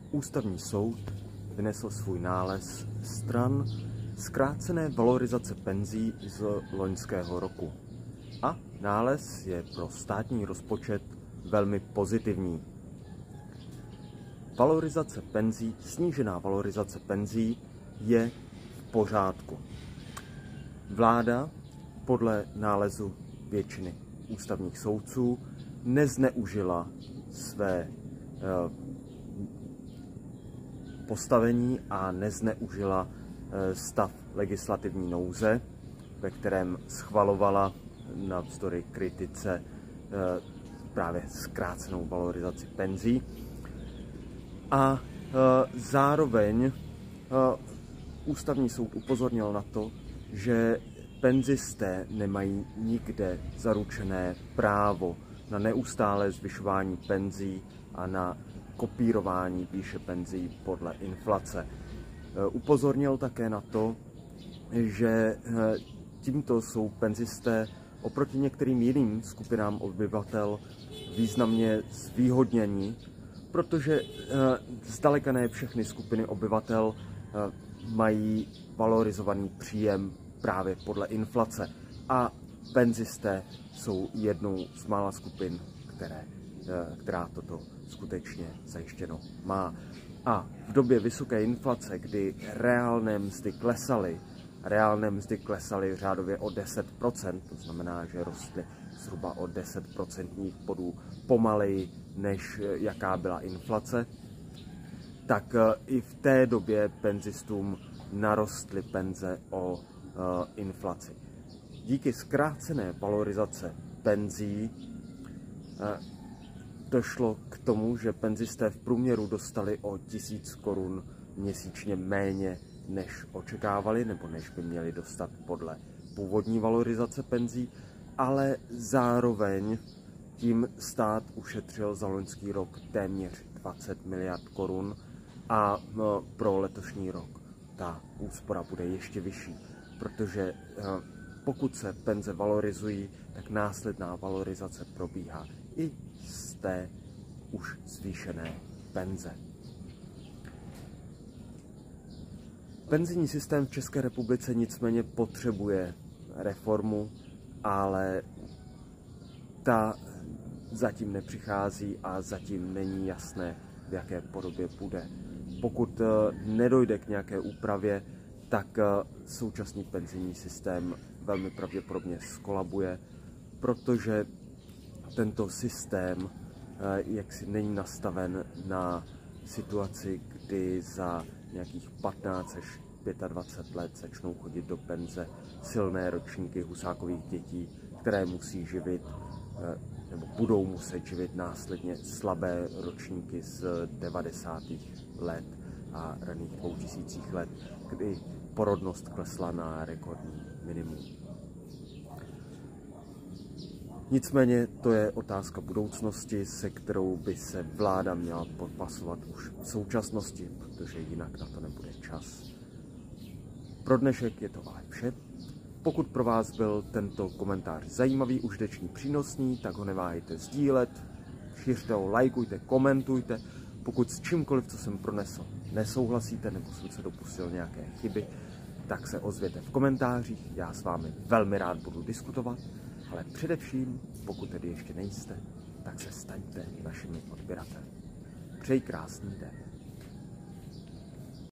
Ústavní soud vynesl svůj nález stran zkrácené valorizace penzí z loňského roku. A nález je pro státní rozpočet velmi pozitivní. Valorizace penzí, snížená valorizace penzí je v pořádku. Vláda podle nálezu většiny ústavních soudců nezneužila své postavení a nezneužila stav legislativní nouze, ve kterém schvalovala navzdory kritice právě zkrácenou valorizaci penzí. A zároveň ústavní soud upozornil na to, že penzisté nemají nikde zaručené právo na neustálé zvyšování penzí a na kopírování výše penzí podle inflace. Upozornil také na to, že tímto jsou penzisté oproti některým jiným skupinám obyvatel významně zvýhodněni, protože zdaleka ne všechny skupiny obyvatel mají valorizovaný příjem právě podle inflace. A penzisté jsou jednou z mála skupin, která toto skutečně zajištěno má. A v době vysoké inflace, kdy reálné mzdy klesaly řádově o 10%, to znamená, že rostly zhruba o 10% bodů pomaleji, než jaká byla inflace, tak i v té době penzistům narostly penze o inflaci. Díky zkrácené valorizace penzí došlo k tomu, že penzisté v průměru dostali o 1000 korun měsíčně méně, než očekávali, nebo než by měli dostat podle původní valorizace penzí, ale zároveň tím stát ušetřil za loňský rok téměř 20 miliard korun a pro letošní rok ta úspora bude ještě vyšší, protože pokud se penze valorizují, tak následná valorizace probíhá i z té už zvýšené penze. Penzijní systém v České republice nicméně potřebuje reformu, ale ta zatím nepřichází a zatím není jasné, v jaké podobě bude. Pokud nedojde k nějaké úpravě, tak současný penzijní systém velmi pravděpodobně zkolabuje, protože tento systém jaksi není nastaven na situaci, kdy za nějakých 15 až 25 let začnou chodit do penze silné ročníky Husákových dětí, které musí živit nebo budou muset živit následně slabé ročníky z 90. let a raných 2000 let, kdy porodnost klesla na rekordní minimum. Nicméně to je otázka budoucnosti, se kterou by se vláda měla popasovat už v současnosti, protože jinak na to nebude čas. Pro dnešek je to ale vše. Pokud pro vás byl tento komentář zajímavý, užitečný, přínosný, tak ho neváhejte sdílet, šiřte ho, lajkujte, komentujte. Pokud s čímkoliv, co jsem pronesl, nesouhlasíte nebo jsem se dopustil nějaké chyby, tak se ozvěte v komentářích, já s vámi velmi rád budu diskutovat, ale především, pokud tedy ještě nejste, tak se staňte našimi odběrateli. Přeji krásný den.